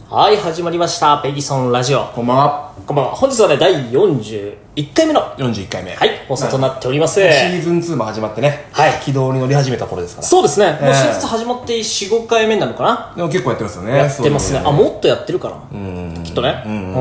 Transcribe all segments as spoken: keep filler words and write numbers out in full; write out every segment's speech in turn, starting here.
はい、始まりました。ペギソンラジオ。 こんばんは。 こんばんは。本日はね、だいよんじゅういっかいめのよんじゅういっかいめ。 はい、放送となっております。 シーズンツーも始まってね。 はい。 軌道に乗り始めた頃ですから。 そうですね。 えーもうシーズン始まってよん、ごかいめなのかな。 でも結構やってますよね。 やってますね。 そうあ、もっとやってるかな。 うん。 きっとね。 うん。 うん。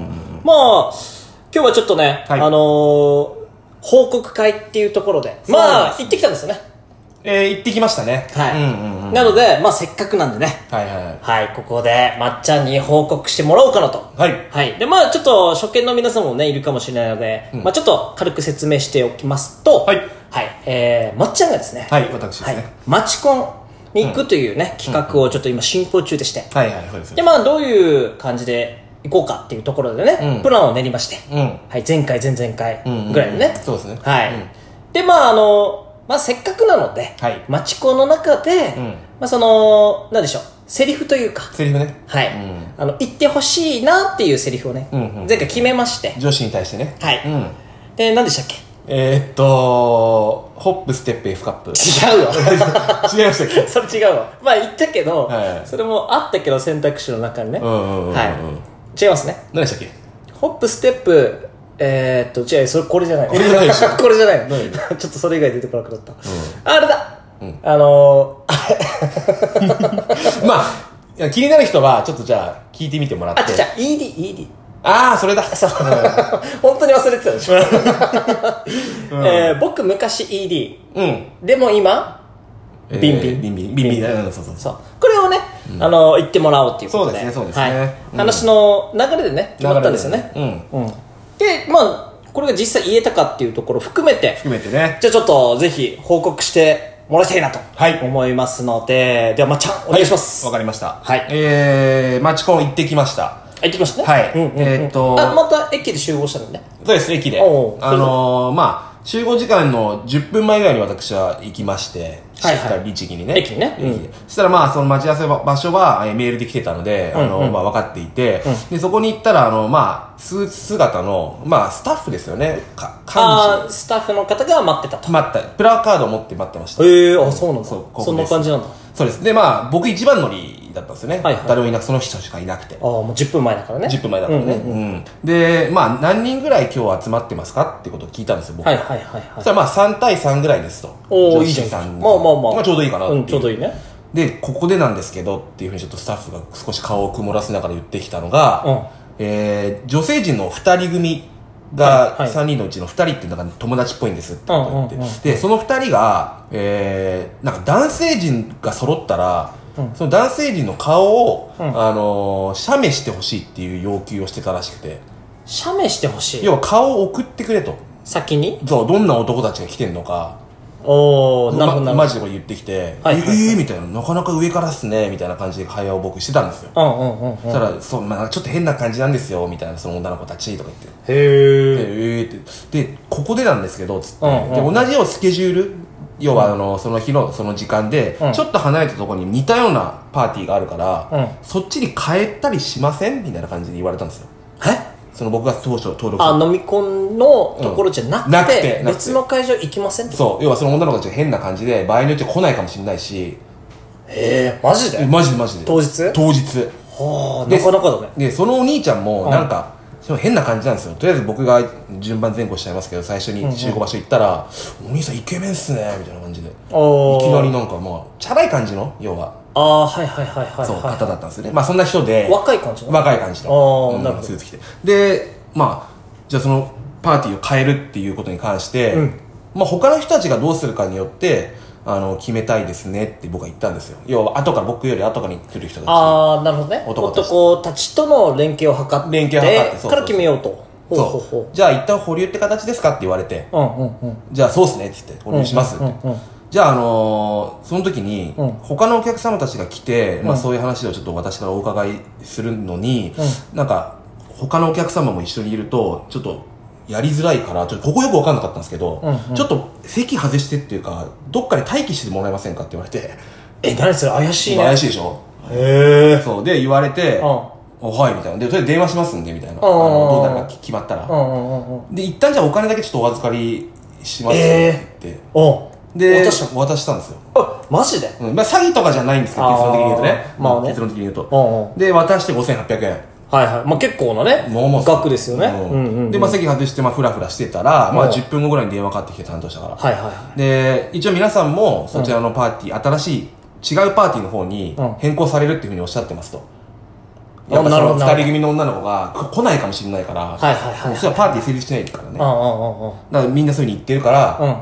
まあ、今日はちょっとね、 はいあのー、報告会っていうところで、まあ、行ってきたんですよね。 えー、行ってきましたね。 はい。 うんうんうん。 なので、まあ、せっかくなんでね。 はいはいはい。 はい、ここで、まっちゃんに報告してもらおうかなと。 はい。 はい。で、まあちょっと、初見の皆さんもね、いるかもしれないので、うん、まあちょっと軽く説明しておきますと、 はい。 はい。えー、まっちゃんがですね、 はい、私ですね。はい、 マチコンに行くというね、うん、企画をちょっと今進行中でして、 はいはい、そうですね。 で、まあどういう感じで行こうかっていうところでね、うん、プランを練りまして、うん、はい、前回、前々回ぐらいのね、 うんうんうん、そうですね。 はい。うん、で、まああの、まあせっかくなので、はい、マチコンの中で、うん、まあその、なんでしょう、セリフというか。 セリフね。 はい。うん、あの、言ってほしいなっていうセリフをね、うんうん、前回決めまして。 女子に対してね。 はい。うん、で、何でしたっけ？ えー、っと、ホップ、ステップ、F カップ。 違うわ。 違いましたっけ？ それ違うわ。まあ言ったけど、はい、それもあったけど選択肢の中にね。うんうんうんうん、はい。違いますね。 何でしたっけ？ ホップ、ステップ、えー、っと、違う、それ、これじゃない。 これじゃないでしょ。 これじゃない。ちょっとそれ以外出てこなくなった。うん、あれだ、うん、あのー、まあ、気になる人は、ちょっとじゃあ、聞いてみてもらって。 あ、じゃあ、イーディー、イーディー。 ああ、それだ。 そう。うん、本当に忘れてたでしょ。うん、えー、僕、昔 イーディー。うん。でも今、 えー、 ビンビン。 ビンビン。ビンビン。うん、そうそうそう。これをね、うん、あの、言ってもらおうっていうことで。 そうですね、そうですね。 はい。うん、話の流れでね、決まったんですよね。ね、うん。うん。で、まあ、これが実際言えたかっていうところを含めて、 含めてね。 じゃあちょっと、ぜひ、報告してもらいたいなと。はい。思いますので、では、まっちゃん、お願いします。 わ、はい、かりました。 はい。 えー、マチコン行ってきました。 行ってきましたね。 はい。うんうんうん、えー、っと。 あ、また駅で集合したのね。 そうです、駅で。あのー、まあ、集合時間のじゅっぷんまえぐらいに私は行きまして、しっかり律儀にね。 駅にね。 うん、そしたらまあ、その待ち合わせ場所はメールで来てたので、あの、うんうん、まあ分かっていて、うん、で、そこに行ったら、あの、まあ、スーツ姿の、まあ、スタッフですよね。か、幹事。 ああ、スタッフの方が待ってたと。 待った。プラカードを持って待ってました。 へえー、あ、そうなんだ。そう、そんな感じなんだ。 そうです。で、まあ、僕一番乗りだったんですよね。はいはい、誰もいなく、その人しかいなくて。 ああ、もうじゅっぷんまえだからね。 じゅっぷんまえだからね。うん、うんうん、で、まあ、何人ぐらい今日集まってますかってことを聞いたんですよ、僕は。はいはいはい、はい。そしたらまあ、さんたいさんぐらいですと。 おー、いいじゃん。まあまあまあ。 まあ、ちょうどいいかなっていう。うん、 ちょうどいいね。 で、ここでなんですけどっていうふうにちょっとスタッフが少し顔を曇らせながら言ってきたのが、うん、えー、女性陣のふたり組がさんにんのうちのふたりっていうのが友達っぽいんですってことを言って、で、そのふたりが、えー、なんか男性陣が揃ったら、うん、その男性陣の顔を、うん、あのー、写メしてほしいっていう要求をしてたらしくて。 写メしてほしい？ 要は顔を送ってくれと。 先に？ そう、どんな男たちが来てんのか。 おー、なるほど、ま、 マジでこれ言ってきて、はいはいはい、えーみたいな、なかなか上からっすねみたいな感じで会話を僕してたんですよ。うんうんうんうん。そしたら、そう、まあちょっと変な感じなんですよ、みたいな、その女の子たちとか言って。へー。で、えーって。で、ここでなんですけど、つって。うんうんうん、で、同じようスケジュール、要はあの、その日のその時間で、うん、ちょっと離れたところに似たようなパーティーがあるから、うん、そっちに変えたりしませんみたいな感じで言われたんですよ。え？その僕が当初登録した。 あ、飲み込んのところじゃなくて、うん、なくて別の会場行きませんって。 そう。要はその女の子たちが変な感じで、場合によって来ないかもしれないし。 へー、マジで？ マジでマジで。 当日？ 当日。 はあ、なかなかだね。 で、そのお兄ちゃんも、なんか、うん、変な感じなんですよ。とりあえず僕が順番前後しちゃいますけど、最初に集合場所行ったら、うんうん、お兄さんイケメンっすねみたいな感じで。いきなりなんかまあ、チャラい感じの、要は。 ああ、はいはいはいはい。 そう、方だったんですよね。まあそんな人で。 若い感じの？ 若い感じの。ああ、なるほど。 スーツ着て。で、まあ、じゃあそのパーティーを変えるっていうことに関して、うん、まあ他の人たちがどうするかによって、あの、決めたいですねって僕は言ったんですよ。要は、後から、僕より後からに来る人たち。 ああ、なるほどね。男たち。男たちとの連携を図って。 連携を図って、 そう。から決めようと。 そう。ほうほうほう。じゃあ一旦保留って形ですかって言われて。うんうんうん。じゃあそうっすねって言って、保留しますって。うんうんうん、じゃああのー、その時に、うん、他のお客様たちが来て、うん、まあそういう話をちょっと私からお伺いするのに、うん、なんか、他のお客様も一緒にいると、ちょっと、やりづらいから、ちょっとここよく分かんなかったんですけど、うんうん、ちょっと席外してっていうか、どっかで待機してもらえませんかって言われて。 え、何それ怪しいね。 怪しいでしょ？ へー。 そう。で、言われて、うん、はい、みたいな。で、とりあえず電話しますんで、みたいな。あの、どうなるか決まったら。で、一旦じゃあお金だけちょっとお預かりしますって言って。 で、渡した、渡したんですよ。 あ、マジで？ うん。まあ、詐欺とかじゃないんですけど、結論的に言うとね。 まあね。 結論的に言うと。で、渡してごせんはっぴゃくえん。 はいはい。まあ結構なね、額ですよね。 で、まあ席外して、まあフラフラしてたら、まあじゅっぷんごぐらいに電話かかってきて担当者から。 はいはい。 で、一応皆さんもそちらのパーティー、新しい違うパーティーの方に変更されるっていうふうにおっしゃってますと。やっぱその二人組の女の子が来ないかもしれないから、はいはいはい。それはパーティー成立しないからね。だからみんなそういうふうに言ってるから、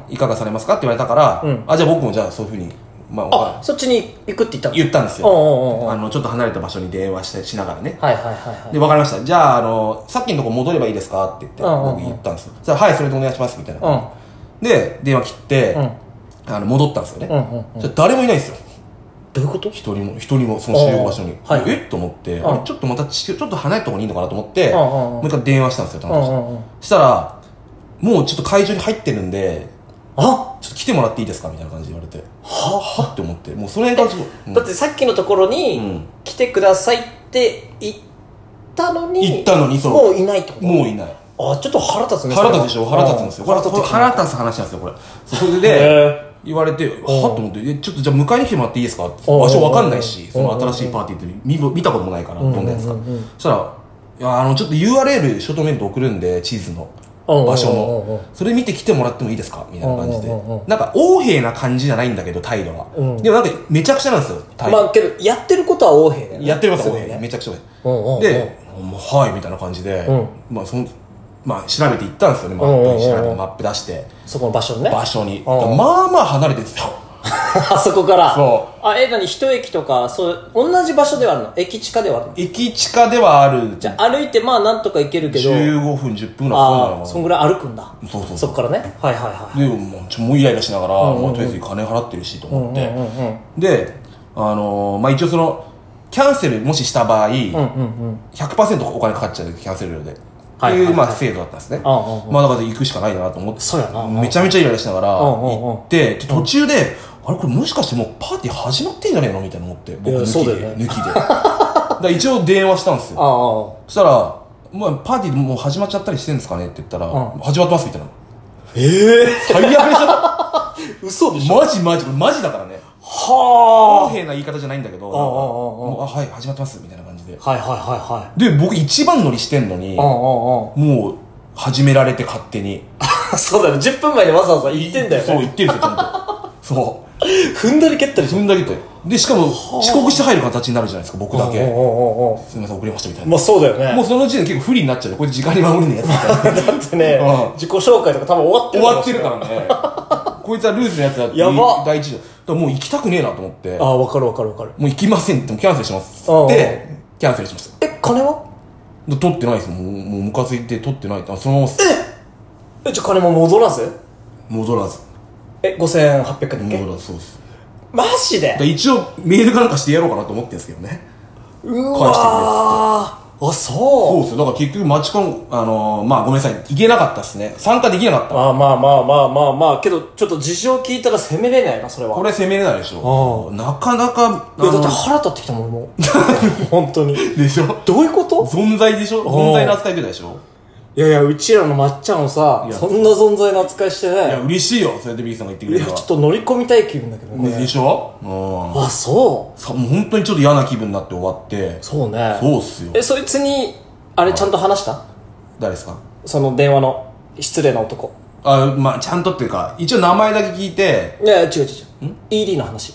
いかがされますかって言われたから、あ、じゃあ僕もじゃあそういうふうに、 まあ、あ、そっちに行くって言ったの？ 言ったんですよ。あの、ちょっと離れた場所に電話してしながらね。 はいはいはいはい。 で、わかりました。じゃあ、あの、さっきのとこ戻ればいいですかって言って、僕言ったんですよ。そしたら、はい、それでお願いします、みたいな。で、電話切って、あの、戻ったんですよね。じゃあ、誰もいないんですよ。 どういうこと？ 一人も、一人も、その集合場所に。えっと思って、ちょっとまた、ちょっと離れた方がいいのかなと思って、もう一回電話したんですよ、担当者。そしたら、もうちょっと会場に入ってるんで、あ、ちょっと来てもらっていいですかみたいな感じで言われて、ははって思って、もうその辺から、 うん、だってさっきのところに、うん、来てくださいって言ったのに、 言ったのに、そう。 もういないってこと？もういない。 あ、ちょっと腹立つね。 腹立つでしょ？腹立つんですよ。これ腹立つ話なんですよ、これ。それで、言われて、はっと思って、ちょっとじゃあ迎えに来てもらっていいですかって。場所わかんないし、その新しいパーティーって見見たこともないから、どんなやつか。そしたら、いや、あの、ちょっと ユーアールエル、ショートメールで送るんで、地図の。場所のそれ見て来てもらってもいいですかみたいな感じで、なんか横柄な感じじゃないんだけど態度は、でもなんかめちゃくちゃなんですよ。 まあけどやってることは横柄だよね。 やってることは横柄、めちゃくちゃ横柄で、はいみたいな感じで、まあそのまあ調べて行ったんですよね。マップに調べてマップ出してそこの場所にね、 場所にまあまあ離れてるんですよ。 あそこから。 そう。 あ、え、なに、一駅とか、そう、同じ場所ではあるの？駅地下ではあるの？ 駅地下ではある。 じゃあ歩いて、まあなんとか行けるけど。 じゅうごふん、じゅっぷんぐらい。 ああ、そんぐらい歩くんだ。 そうそう。 そっからね。はいはいはい。 で、もう、ちょ、もうイライラしながら、まあとりあえず金払ってるし、と思って。で、あのー、まあ一応その、キャンセルもしした場合、ひゃくパーセント お金かかっちゃう、キャンセル料で。っていう、まあ、制度だったんですね。まあ、だから行くしかないなと思って。 そうやな。 めちゃめちゃイライラしながら、行って、途中で、あれこれもしかしてもうパーティー始まってんじゃねえのみたいな思って。僕抜きで。抜きで。だから一応電話したんですよ。そしたら、もうパーティーもう始まっちゃったりしてんですかねって言ったら、始まってますみたいな。ええ最悪でしょ嘘でしょマジマジ、マジだからね。はぁ。公平な言い方じゃないんだけど、もう、あ、はい、始まってますみたいな感じで。 はいはいはいはい。 で、僕一番乗りしてんのに、もう、始められて勝手に。 そうだね、じゅっぷんまえにわざわざ言ってんだよね。 そう、言ってるんですよ、ちゃんと。そう。 踏んだり蹴ったり踏んだり蹴ったり。で、しかも、遅刻して入る形になるじゃないですか、僕だけ。すみません、遅れましたみたいな。 まあそうだよね。 もうその時点で結構不利になっちゃうよ。これ時間に守るのやつみたいな。 だってね、自己紹介とか多分終わってる。 終わってるからね。こいつはルーズのやつだって。 やば。 第一条。もう行きたくねえなと思って。 ああ、わかるわかるわかる。 もう行きませんって、キャンセルします。で、キャンセルしました。 え、金は取ってないですもん。もうムカついて取ってないって。そのまま。 ええ、じゃあ金も戻らず戻らず。 え、ごせんはっぴゃくえんだっけ？ 戻らず、そうです。 マジで？ 一応メールかなんかしてやろうかなと思ってるんですけどね。 うわー。返してくれっつって。あ、そう。 そうですよ。だから結局マチコン、あのー、まあごめんなさい。行けなかったっすね。参加できなかった。 まあまあまあまあまあまあ、けどちょっと事情聞いたら責めれないな、それは。 これ責めれないでしょ。なかなか。 いや、だって腹立ってきたもん、もう。本当に。 でしょ？ どういうこと？ 存在でしょ？存在の扱いででしょ？ いやいや、うちらのまっちゃんをさ、そんな存在の扱いしてね。 いや、嬉しいよ。それで B さんが言ってくれるから。 いや、ちょっと乗り込みたい気分だけどね。 でしょ？うん。 あ、そうさ、もう本当にちょっと嫌な気分になって終わって。 そうね。 そうっすよ。 え、そいつに、あれちゃんと話した？ 誰ですか？その電話の失礼な男。 あ、まあちゃんとっていうか、一応名前だけ聞いて。 いや、違う違う違う。イーディー の話。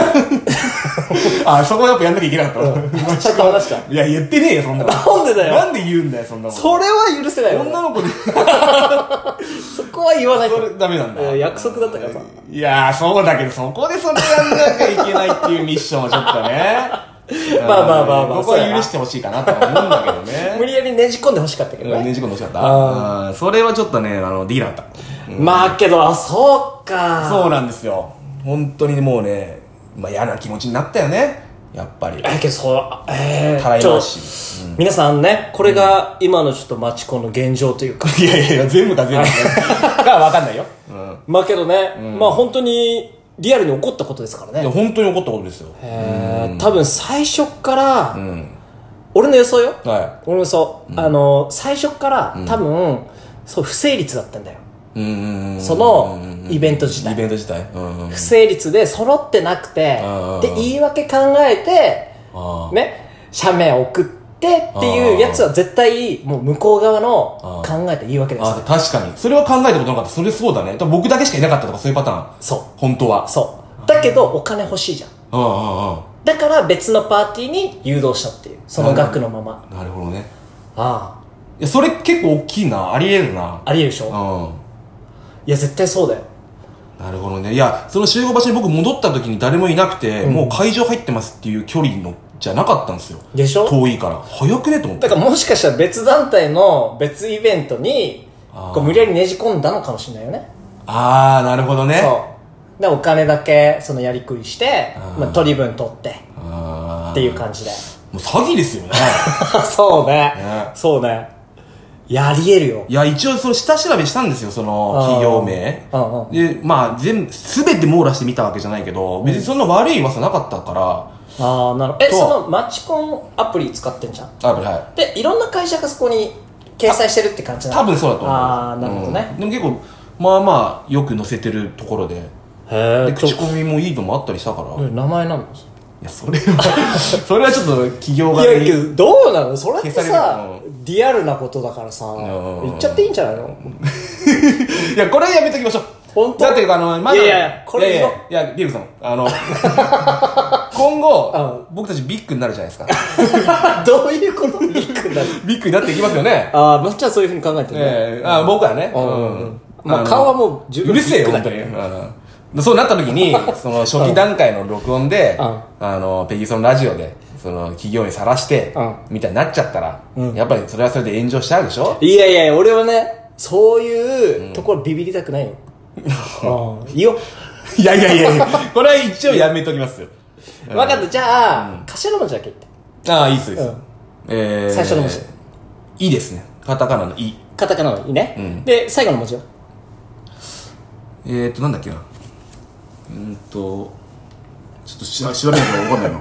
あ、そこやっぱやんなきゃいけなかった。 ちゃんと話した。 いや、言ってねえよ、そんなの。 なんでだよ。 なんで言うんだよ、そんなの。 それは許せないよ。 女の子で。 そこは言わないと。 それダメなんだ。 約束だったからさ。 いやー、そうだけど、そこでそれやんなきゃいけないっていうミッションはちょっとね。 まあまあまあまあ。 僕は許してほしいかなと思うんだけどね。 無理やりねじ込んでほしかったけどね。 ねじ込んでほしかった。それはちょっとね、あの、できなかった。 まあけど、あ、そうか。 そうなんですよ。本当にもうね、まあ嫌な気持ちになったよね。やっぱり。 え、けどそう、えー、たらい回し。 皆さんね、これが今のちょっとマチコンの現状というか。 いやいやいや、全部か全部か。がわかんないよ。 まあけどね、まあ本当に、リアルに起こったことですからね。 いや、本当に起こったことですよ。 へー、多分最初から、俺の予想よ。はい。俺の予想。あの、最初から、多分、そう、不成立だったんだよ。 そのイベント自体。 イベント自体。 不成立で揃ってなくて、で、言い訳考えて、ね、社名送ってっていうやつは絶対、もう向こう側の考えた言い訳です、ね。 あ、確かに。それは考えたことなかった。それそうだね。僕だけしかいなかったとかそういうパターン。 そう。 本当は。 そう。だけど、お金欲しいじゃん。うんうんうん。だから別のパーティーに誘導したっていう。その額のまま。 なるほどね。 ああ。 いや、それ結構大きいな。あり得るな。 あり得るでしょ。うん。いや、絶対そうだよ。 なるほどね。いや、その集合場所に僕戻った時に誰もいなくて、うん、もう会場入ってますっていう距離の、じゃなかったんですよ。 でしょ？ 遠いから。早くねと思って。 だからもしかしたら別団体の別イベントに、こう無理やりねじ込んだのかもしれないよね。 あー、なるほどね。 そう。で、お金だけ、そのやりくりして、まあ、取り分取って、っていう感じで。 もう詐欺ですよね。 そうね。ねそうね。やり得るよ。 いや、一応、その下調べしたんですよ、その、企業名。で、まあ、全部、すべて網羅してみたわけじゃないけど、別にそんな悪い噂なかったから。 ああ、なるほど。え、その、マチコンアプリ使ってんじゃん。 アプリ、はい。 で、いろんな会社がそこに掲載してるって感じなの？ 多分そうだと思う。 ああ、なるほどね、 うん。でも結構、まあまあ、よく載せてるところで。へえ。で、口コミもいいのもあったりしたから。 名前なの？ いや、それは、それはちょっと企業が。 いや、けど、どうなの？それってさ、リアルなことだからさ、言っちゃっていいんじゃないの？ いや、これはやめときましょう。 本当？ だって、あの、まだ、 いやいや、これいやいや、いや、ビーフさん、あの、今後、僕たちビッグになるじゃないですか。 どういうこと？ビッグになる？ ビッグになっていきますよね。 ああ、まっちゃんそういうふうに考えてるね。 ええ、あ僕はね。うん。 まあ、顔はもう十分うるせえよ、本当に。そうなった時に、その初期段階の録音で、あの、ペギソンラジオで、その企業にさらして、みたいになっちゃったら、やっぱりそれはそれで炎上しちゃうでしょ？ いやいや、俺はね、そういうところビビりたくないよ。いいよ。 いやいやいやいや、これは一応やめときますよ。 分かった、じゃあ、頭文字だけ言って。 ああ、いいっす、いいっす。え最初の文字。 いいですね。カタカナのい。 カタカナのいね。で、最後の文字は？ えーっと、なんだっけな。うんと、ちょっとし調べないと分かんないの。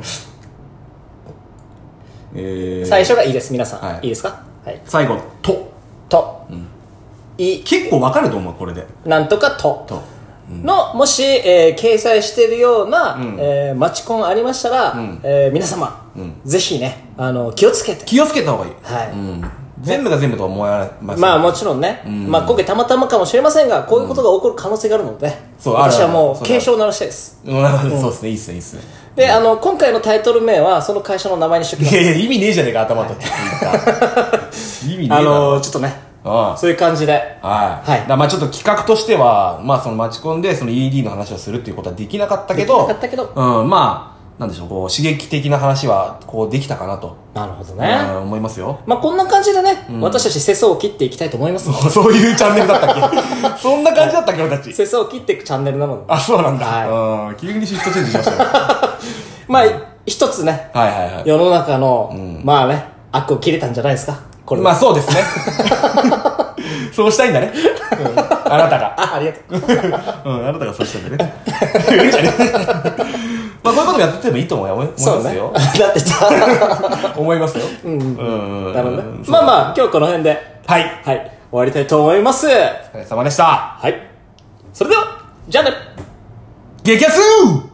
えー、最初がいいです、皆さん。はい、いいですか？はい。 最後、と。 と。うん。い。 結構分かると思う、これで。 なんとかと。と。うん、の、もし、えー、掲載しているような、うん、えー、マチコンありましたら、うん、えー、皆様、うん、ぜひね、あの、気をつけて。 気をつけた方がいい。 はい。 うん全部が全部とは思われます、 ね、まあもちろんね、うん、まあ今回たまたまかもしれませんがこういうことが起こる可能性があるので、うん、そう私はもう警鐘を鳴らしたいです。 うん、そうですね、いいっすね、いいっすね。 で、あの今回のタイトル名はその会社の名前にしときます。 いやいや意味ねえじゃねえか頭と、はい、意味ねえな。 あのー、ちょっとね、ああそういう感じで、 はい、はい、だまあちょっと企画としてはまあそのマチコンでその イーディー の話をするっていうことはできなかったけど、 できなかったけど、 うん、まあなんでしょう、こう刺激的な話はこうできたかなと。 なるほどね、 うん、思いますよ。 まあこんな感じでね、うん、私たち世相を切っていきたいと思います。 そういうチャンネルだったっけ？そんな感じだったっけ俺たち。 世相を切っていくチャンネルなので。 あ、そうなんだ。はい。急にシフトチェンジしましたよ。 まあ一つね、 はいはいはい、 世の中の、うん、まあね悪を切れたんじゃないですか。これまあそうですね。そうしたいんだね。うん、あなたが。 あ、ありがとう。 うん、あなたがそうしたんだね。いいじゃね。まあこういうこともやっててもいいと思いますよ。 ね、だってさ、 思いますよ。 うんうん。うん。なるほどね。まあまあ今日この辺で、 はい。 はい。終わりたいと思います。お疲れ様でした。 はい。それでは、じゃあね。 激アツー